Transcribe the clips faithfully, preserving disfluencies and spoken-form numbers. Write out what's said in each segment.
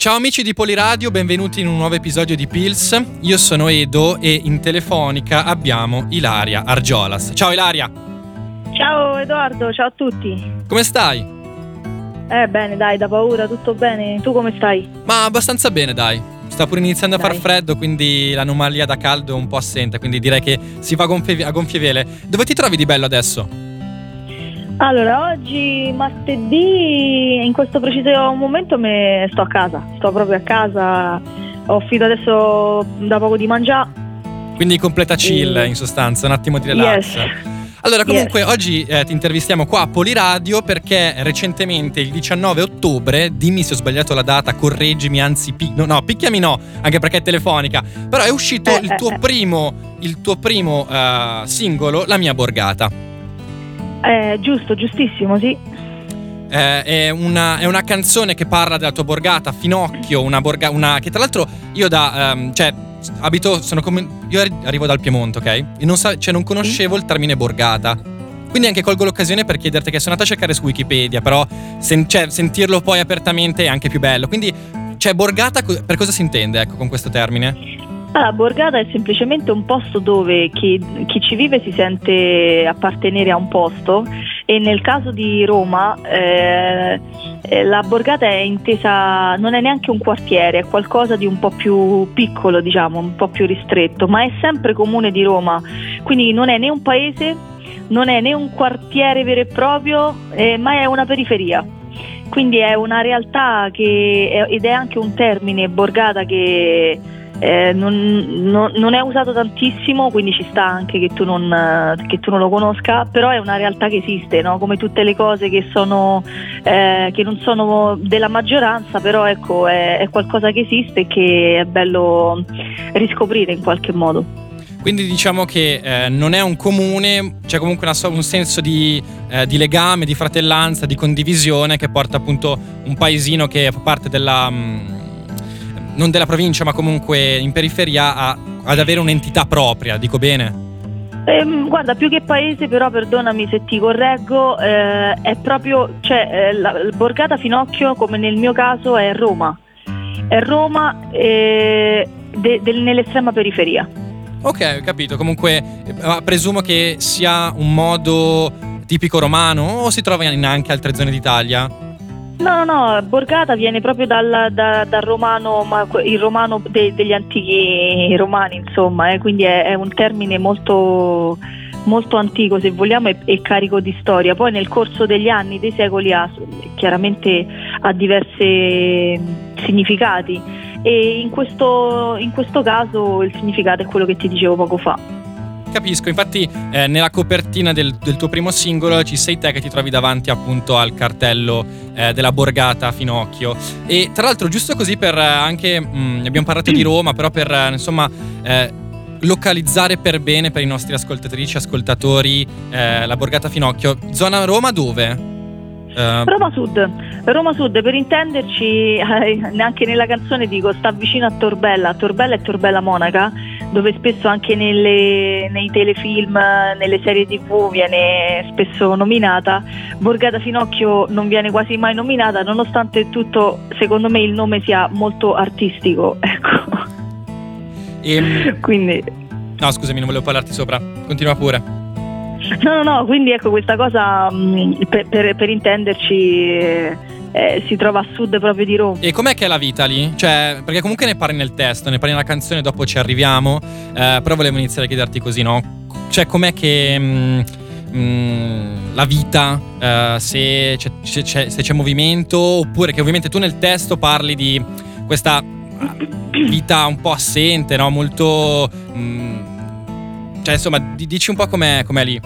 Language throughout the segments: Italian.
Ciao amici di Poliradio, benvenuti in un nuovo episodio di Pils. Io sono Edo e in telefonica abbiamo Ilaria Argiolas. Ciao Ilaria. Ciao Edoardo, ciao a tutti. Come stai? Eh bene, dai, da paura, tutto bene. Tu come stai? Ma abbastanza bene, dai. Sta pure iniziando a Dai. far freddo, quindi l'anomalia da caldo è un po' assente, quindi direi che si va a gonfie, a gonfie vele. Dove ti trovi di bello adesso? Allora, oggi martedì, in questo preciso momento me sto a casa, sto proprio a casa, ho finito adesso da poco di mangiare. Quindi completa chill, E- in sostanza, un attimo di relax. Yes. Allora, comunque, Yes. oggi eh, ti intervistiamo qua a Poliradio perché recentemente, il diciannove ottobre, dimmi se ho sbagliato la data, correggimi, anzi, pi- no, no, picchiami no, anche perché è telefonica, però è uscito Eh, il eh, tuo eh. primo, il tuo primo eh, singolo, La mia borgata. Eh, giusto, giustissimo, sì. Eh, è, una, è una canzone che parla della tua borgata, Finocchio, una borga, una che tra l'altro io da, ehm, cioè, abito, sono come, io arri- arrivo dal Piemonte, ok? E non, sa, cioè, non conoscevo il termine borgata. Quindi anche colgo l'occasione per chiederti, che sono andato a cercare su Wikipedia, però sen- cioè, sentirlo poi apertamente è anche più bello. Quindi, cioè, borgata, co- per cosa si intende, ecco, con questo termine? Allora, borgata è semplicemente un posto dove chi, chi ci vive si sente appartenere a un posto, e nel caso di Roma eh, eh, la borgata è intesa, non è neanche un quartiere, è qualcosa di un po' più piccolo, diciamo, un po' più ristretto, ma è sempre comune di Roma, quindi non è né un paese, non è né un quartiere vero e proprio, eh, ma è una periferia. Quindi è una realtà che è, ed è anche un termine, borgata, che eh, non, non- non è usato tantissimo, quindi ci sta anche che tu non, eh, che tu non lo conosca, però è una realtà che esiste, no? Come tutte le cose che sono eh, che non sono della maggioranza, però ecco, è, è qualcosa che esiste e che è bello riscoprire in qualche modo. Quindi diciamo che eh, non è un comune, c'è comunque una so- un senso di, eh, di legame, di fratellanza, di condivisione che porta appunto un paesino che fa parte della, mh, non della provincia ma comunque in periferia a- ad avere un'entità propria, dico bene? Ehm, guarda, più che paese, però perdonami se ti correggo, eh, è proprio, cioè eh, la, la borgata Finocchio, come nel mio caso, è Roma. È Roma eh, de- del- nell'estrema periferia. Ok, ho capito, comunque eh, presumo che sia un modo tipico romano o si trova in anche altre zone d'Italia? No, no, no, borgata viene proprio dal, da- dal romano, ma que- il romano de- degli antichi romani, insomma, eh, quindi è, è un termine molto, molto antico, se vogliamo, e, e carico di storia. Poi nel corso degli anni, dei secoli, ha chiaramente ha diversi significati, e in questo, in questo caso il significato è quello che ti dicevo poco fa. Capisco, infatti eh, nella copertina del, del tuo primo singolo ci sei te che ti trovi davanti appunto al cartello eh, della borgata Finocchio. E tra l'altro, giusto così per eh, anche, mh, abbiamo parlato di Roma, però per eh, insomma eh, localizzare per bene per i nostri ascoltatrici, ascoltatori, eh, la borgata Finocchio, zona Roma dove? Eh, Roma Sud, Roma Sud, per intenderci, eh, neanche nella canzone dico, sta vicino a Torbella. Torbella è Torbella Monaca, dove spesso anche nelle, nei telefilm, nelle serie tv viene spesso nominata. Borgata Finocchio non viene quasi mai nominata, nonostante tutto, secondo me il nome sia molto artistico, ecco. ehm, Quindi no, scusami, non volevo parlarti sopra, continua pure. no, no, no, quindi ecco, questa cosa, mh, per, per- per intenderci, eh, eh, si trova a sud proprio di Roma. E com'è che è la vita lì? Cioè, perché comunque ne parli nel testo, ne parli nella canzone, dopo ci arriviamo, eh, però volevo iniziare a chiederti così, no? Cioè, com'è che mh, mh, la vita, eh, se, c'è, se c'è- se c'è movimento, oppure che ovviamente tu nel testo parli di questa vita un po' assente, no? Molto... mh, cioè, insomma, di- dici un po' com'è, com'è lì.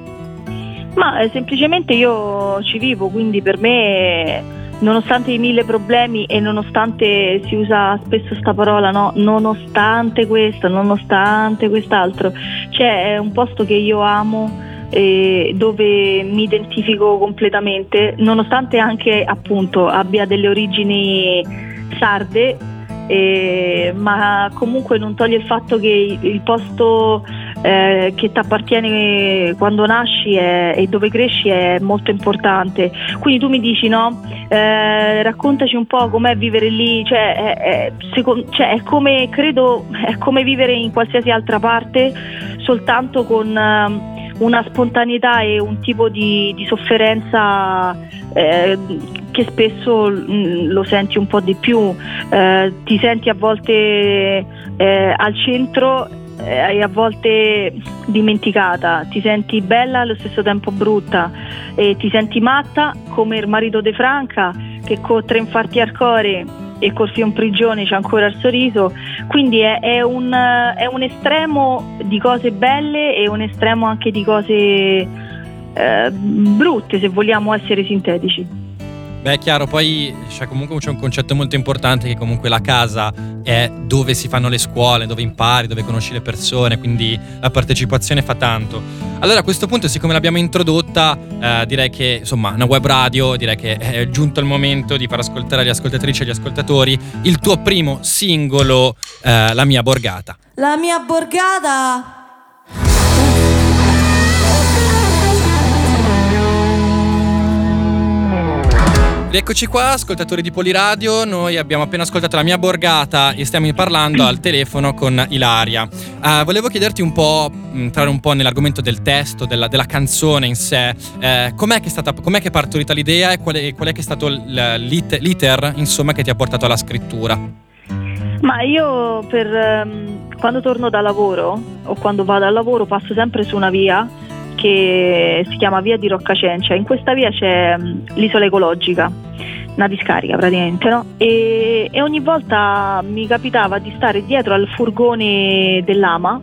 Ma eh, semplicemente io ci vivo, quindi per me, nonostante i mille problemi e nonostante si usa spesso sta parola, no? Nonostante questo, nonostante quest'altro, c'è è un posto che io amo, eh, dove mi identifico completamente, nonostante anche appunto abbia delle origini sarde, eh, ma comunque non toglie il fatto che il, il posto eh, che ti appartiene quando nasci è, e dove cresci è molto importante. Quindi tu mi dici, no, eh, raccontaci un po' com'è vivere lì, cioè è, è, secondo, cioè è come, credo, è come vivere in qualsiasi altra parte, soltanto con eh, una spontaneità e un tipo di, di sofferenza eh, che spesso mh, lo senti un po' di più, eh, ti senti a volte eh, al centro eh, e a volte dimenticata, ti senti bella e allo stesso tempo brutta, e ti senti matta come il marito di Franca che con tre infarti al cuore e col fion prigione c'è ancora il sorriso. Quindi è, è, un, è un estremo di cose belle e un estremo anche di cose eh, brutte, se vogliamo essere sintetici. Beh, è chiaro, poi cioè, comunque c'è un concetto molto importante, che comunque la casa è dove si fanno le scuole, dove impari, dove conosci le persone, quindi la partecipazione fa tanto. Allora a questo punto, siccome l'abbiamo introdotta, eh, direi che insomma una web radio, direi che è giunto il momento di far ascoltare agli ascoltatrici e agli ascoltatori il tuo primo singolo, eh, La mia borgata. La mia borgata. Eccoci qua, ascoltatori di Poliradio. Noi abbiamo appena ascoltato La mia borgata e stiamo parlando al telefono con Ilaria. Uh, volevo chiederti un po', entrare un po' nell'argomento del testo, della, della canzone in sé. Uh, com'è che è stata, com'è che è partorita l'idea e qual è, qual è che è stato l'iter, l'iter, insomma, che ti ha portato alla scrittura? Ma io per um, quando torno da lavoro o quando vado al lavoro passo sempre su una via che si chiama Via di Roccacencia. In questa via c'è um, l'isola ecologica, una discarica praticamente, no? E, e ogni volta mi capitava di stare dietro al furgone dell'Ama,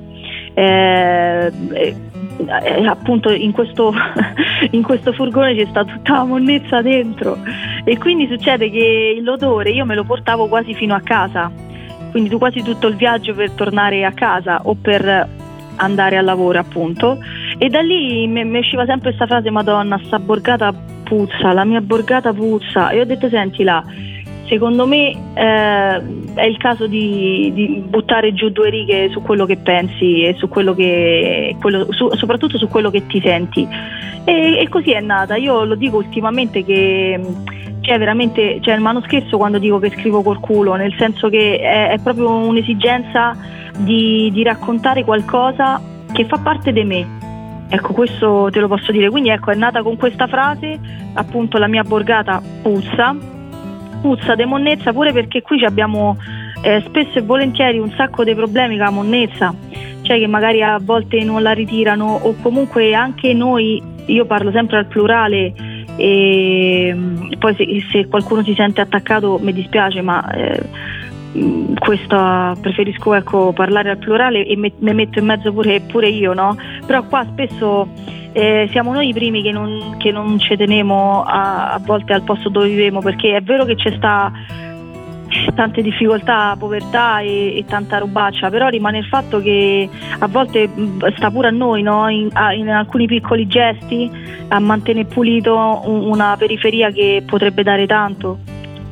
eh, eh, eh, appunto in questo, in questo furgone c'è sta tutta la monnezza dentro, e quindi succede che l'odore io me lo portavo quasi fino a casa, quindi tu quasi tutto il viaggio per tornare a casa o per andare al lavoro, appunto, e da lì mi, mi usciva sempre questa frase: Madonna, sta borgata puzza, la mia borgata puzza. E ho detto: senti là, secondo me eh, è il caso di, di buttare giù due righe su quello che pensi e su quello che quello, su, soprattutto su quello che ti senti, e, e così è nata. Io lo dico ultimamente che c'è veramente, c'è il mano scherzo quando dico che scrivo col culo, nel senso che è, è proprio un'esigenza di, di raccontare qualcosa che fa parte di me. Ecco, questo te lo posso dire. Quindi ecco, è nata con questa frase, appunto: la mia borgata puzza, puzza de monnezza, pure perché qui ci abbiamo eh, spesso e volentieri un sacco di problemi con la monnezza, cioè che magari a volte non la ritirano, o comunque anche noi, io parlo sempre al plurale, e poi se, se qualcuno si sente attaccato mi dispiace, ma eh, questo preferisco, ecco, parlare al plurale e me, me metto in mezzo pure, pure io, no? Però qua spesso eh, siamo noi i primi che non, che non ci teniamo a, a volte al posto dove viviamo, perché è vero che c'è sta tante difficoltà, povertà e, e tanta robaccia, però rimane il fatto che a volte sta pure a noi, no? in, a, in alcuni piccoli gesti, a mantenere pulito un, una periferia che potrebbe dare tanto.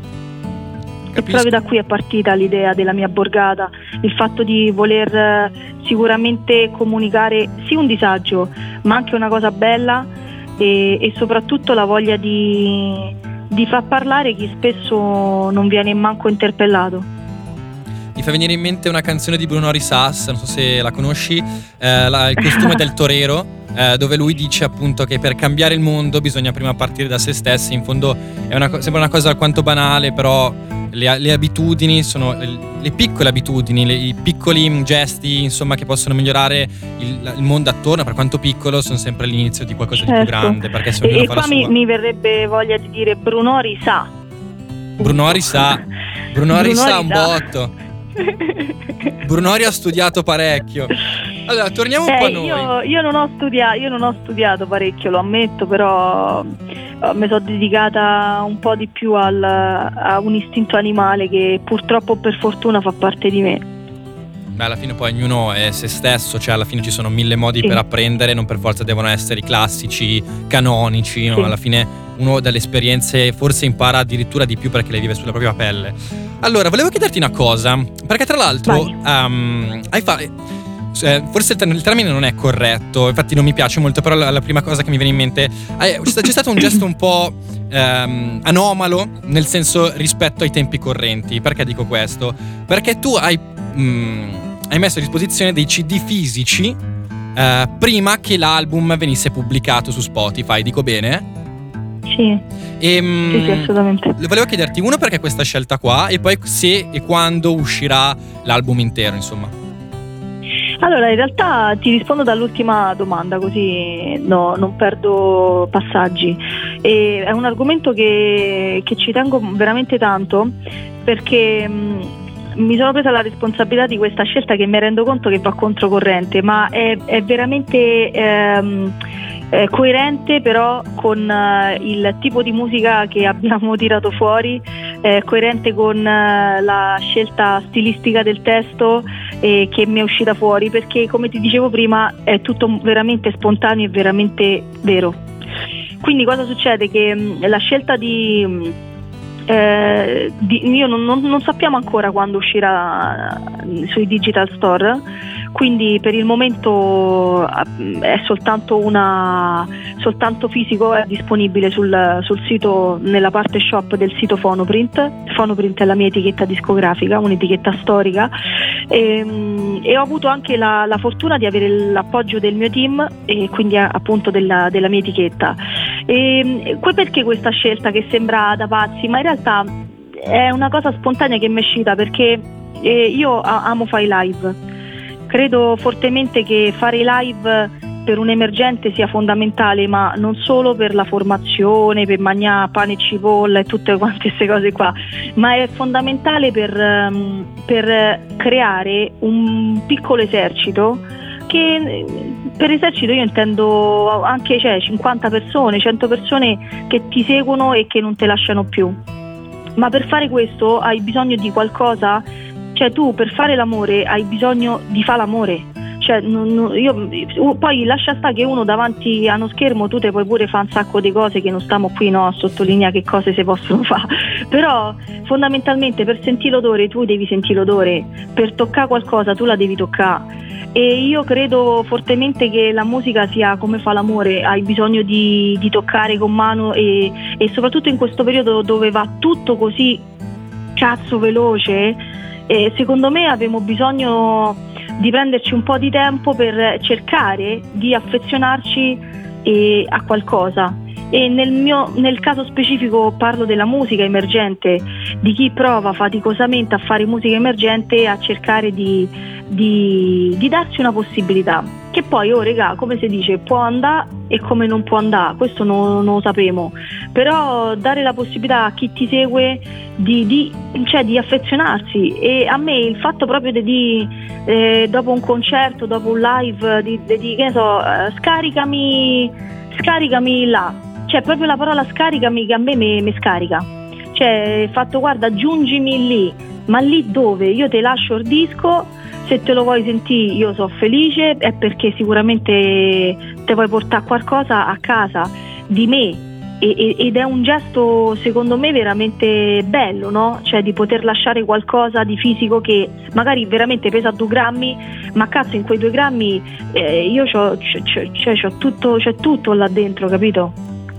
E proprio da qui è partita l'idea della mia borgata, il fatto di voler eh, sicuramente comunicare sì un disagio, ma anche una cosa bella, e, e soprattutto la voglia di, di far parlare chi spesso non viene manco interpellato. Mi fa venire in mente una canzone di Bruno Risas, non so se la conosci, eh, la, il costume del torero, eh, dove lui dice appunto che per cambiare il mondo bisogna prima partire da se stessi. In fondo è una, sembra una cosa alquanto banale, però le, le abitudini sono le piccole abitudini, le, i piccoli gesti, insomma, che possono migliorare il, il mondo attorno, per quanto piccolo, sono sempre l'inizio di qualcosa certo. di più grande, perché se ognuno e fa qua la mi, sua. mi verrebbe voglia di dire Bruno Risà. Bruno Risà, Bruno Risà un botto. Brunori ha studiato parecchio. Allora torniamo un eh, po' a noi. Io, io, non ho studiato, io non ho studiato parecchio, lo ammetto, però uh, mi sono dedicata un po' di più al, a un istinto animale che purtroppo, per fortuna, fa parte di me. Beh, alla fine poi ognuno è se stesso, cioè alla fine ci sono mille modi sì. per apprendere, non per forza devono essere i classici, canonici, no? Sì. Alla fine uno dalle esperienze forse impara addirittura di più perché le vive sulla propria pelle. Allora, volevo chiederti una cosa, perché tra l'altro um, hai fa- eh, forse il, ter- il termine non è corretto, infatti non mi piace molto, però la, la prima cosa che mi viene in mente eh, c'è, c'è stato un gesto un po' ehm, anomalo, nel senso rispetto ai tempi correnti. Perché dico questo? Perché tu hai, mh, hai messo a disposizione dei C D fisici eh, prima che l'album venisse pubblicato su Spotify, dico bene? Sì. E, mh, sì, sì, assolutamente. Volevo chiederti, uno, perché questa scelta qua, e poi se e quando uscirà l'album intero, insomma. Allora, in realtà ti rispondo dall'ultima domanda, così no, non perdo passaggi. E è un argomento che, che ci tengo veramente tanto, perché mh, mi sono presa la responsabilità di questa scelta, che mi rendo conto che va controcorrente, ma è, è veramente ehm, è coerente però con uh, il tipo di musica che abbiamo tirato fuori, è coerente con uh, la scelta stilistica del testo eh, che mi è uscita fuori, perché come ti dicevo prima è tutto veramente spontaneo e veramente vero. Quindi cosa succede? Che mh, la scelta di, mh, eh, di io non, non, non sappiamo ancora quando uscirà sui digital store, quindi per il momento è soltanto una soltanto fisico, è disponibile sul, sul sito, nella parte shop del sito Phonoprint. Phonoprint è la mia etichetta discografica, un'etichetta storica, e, e ho avuto anche la, la fortuna di avere l'appoggio del mio team e quindi appunto della, della mia etichetta. E, perché questa scelta che sembra da pazzi, ma in realtà è una cosa spontanea che mi è uscita, perché eh, io amo fare live. Credo fortemente che fare i live per un emergente sia fondamentale, ma non solo per la formazione, per mangiare pane e cipolla e tutte quante queste cose qua, ma è fondamentale per, um, per creare un piccolo esercito, che per esercito io intendo anche cioè, cinquanta persone, cento persone che ti seguono e che non te lasciano più. Ma per fare questo hai bisogno di qualcosa. Cioè tu per fare l'amore hai bisogno di fare l'amore, cioè non, non, io, poi lascia stare che uno davanti a uno schermo tu te puoi pure fare un sacco di cose che non stiamo qui no, a sottolineare che cose si possono fare, però fondamentalmente per sentire l'odore tu devi sentire l'odore, per toccare qualcosa tu la devi toccare, e io credo fortemente che la musica sia come fa l'amore, hai bisogno di, di toccare con mano, e, e soprattutto in questo periodo dove va tutto così cazzo veloce. E secondo me abbiamo bisogno di prenderci un po' di tempo per cercare di affezionarci eh, a qualcosa, e nel mio nel caso specifico parlo della musica emergente, di chi prova faticosamente a fare musica emergente e a cercare di, di, di darsi una possibilità, che poi oh regà, come si dice, può andare e come non può andare, questo non, non lo sapremo, però dare la possibilità a chi ti segue di, di, cioè di affezionarsi. E a me il fatto proprio di, di eh, dopo un concerto, dopo un live, di, di, di che ne so, eh, scaricami scaricami là, cioè proprio la parola scaricami che a me mi, mi scarica, cioè il fatto guarda aggiungimi lì, ma lì dove? Io te lascio il disco, se te lo vuoi sentire io sono felice, è perché sicuramente te vuoi portare qualcosa a casa di me, e, ed è un gesto secondo me veramente bello, no? Cioè di poter lasciare qualcosa di fisico che magari veramente pesa due grammi, ma cazzo in quei due grammi eh, io c'ho, c'ho, cioè, c'ho tutto, c'è tutto là dentro, capito?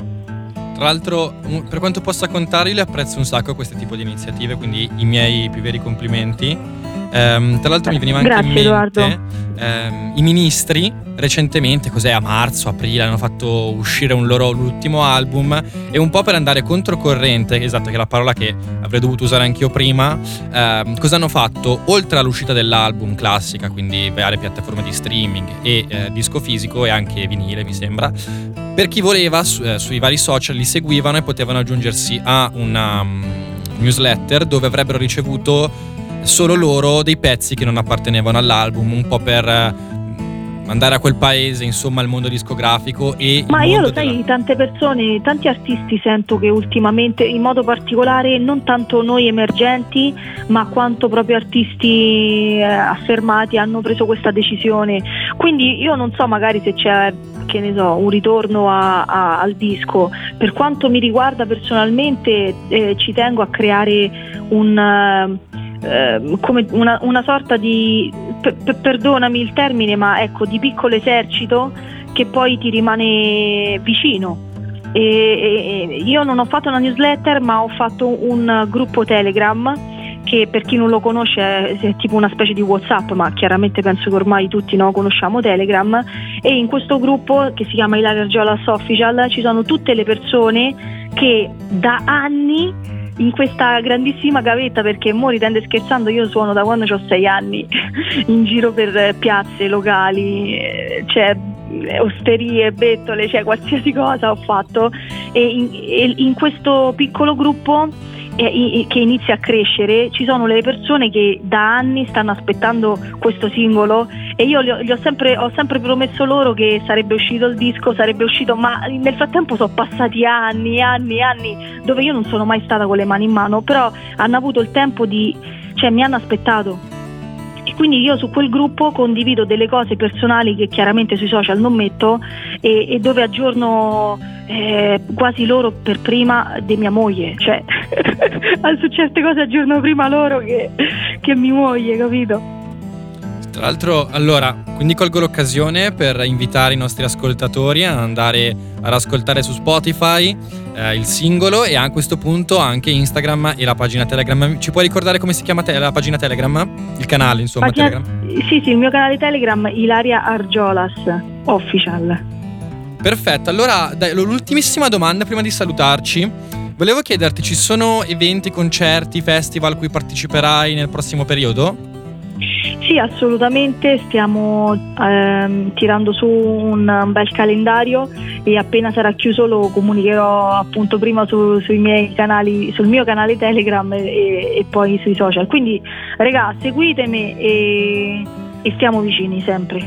Tra l'altro, per quanto possa contare, io le apprezzo un sacco questo tipo di iniziative, quindi i miei più veri complimenti. Um, tra l'altro mi veniva anche Grazie, in mente um, i Ministri recentemente, cos'è, a marzo, aprile, hanno fatto uscire un loro l'ultimo album, e un po' per andare controcorrente, esatto, che è la parola che avrei dovuto usare anch'io prima, um, cosa hanno fatto? Oltre all'uscita dell'album classica, quindi varie piattaforme di streaming e eh, disco fisico e anche vinile mi sembra, per chi voleva su, eh, sui vari social li seguivano e potevano aggiungersi a una um, newsletter dove avrebbero ricevuto solo loro dei pezzi che non appartenevano all'album, un po' per andare a quel paese, insomma, al mondo discografico. E ma io lo sai, della... tante persone, tanti artisti sento che ultimamente, in modo particolare non tanto noi emergenti, ma quanto proprio artisti eh, affermati hanno preso questa decisione, quindi io non so magari se c'è, che ne so, un ritorno a, a, al disco. Per quanto mi riguarda personalmente eh, ci tengo a creare un uh, Uh, come una, una sorta di per, per, perdonami il termine, ma ecco, di piccolo esercito che poi ti rimane vicino. E, e, io non ho fatto una newsletter, ma ho fatto un gruppo Telegram che, per chi non lo conosce, è, è tipo una specie di WhatsApp, ma chiaramente penso che ormai tutti no, conosciamo Telegram. E in questo gruppo, che si chiama Ilaria Argiolas Official, ci sono tutte le persone che da anni in questa grandissima gavetta, perché mo ridendo e scherzando io suono da quando ho sei anni in giro per piazze, locali, cioè osterie, bettole, cioè qualsiasi cosa ho fatto, e in, e in questo piccolo gruppo eh, che inizia a crescere ci sono le persone che da anni stanno aspettando questo singolo, e io gli ho, gli ho sempre ho sempre promesso loro che sarebbe uscito il disco, sarebbe uscito, ma nel frattempo sono passati anni, anni, anni dove io non sono mai stata con le mani in mano, però hanno avuto il tempo di, cioè mi hanno aspettato. E quindi io su quel gruppo condivido delle cose personali che chiaramente sui social non metto, e, e dove aggiorno eh, quasi loro per prima di mia moglie, cioè su certe cose aggiorno prima loro che, che mia moglie, capito? Tra l'altro, allora, quindi colgo l'occasione per invitare i nostri ascoltatori ad andare ad ascoltare su Spotify eh, il singolo, e a questo punto anche Instagram e la pagina Telegram. Ci puoi ricordare come si chiama te- la pagina Telegram? Il canale, insomma, pagina, Telegram? Sì, sì, il mio canale Telegram, Ilaria Argiolas Official. Perfetto, allora dai, l'ultimissima domanda prima di salutarci. Volevo chiederti, ci sono eventi, concerti, festival a cui parteciperai nel prossimo periodo? Sì, assolutamente, stiamo ehm, tirando su un, un bel calendario, e appena sarà chiuso lo comunicherò appunto prima su, sui miei canali, sul mio canale Telegram e, e poi sui social. Quindi regà, seguitemi e, e stiamo vicini sempre.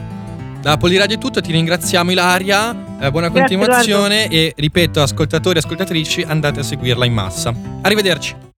Da Poliradio è tutto, ti ringraziamo Ilaria, eh, buona Grazie, continuazione, Eduardo. E ripeto, ascoltatori e ascoltatrici, andate a seguirla in massa. Arrivederci.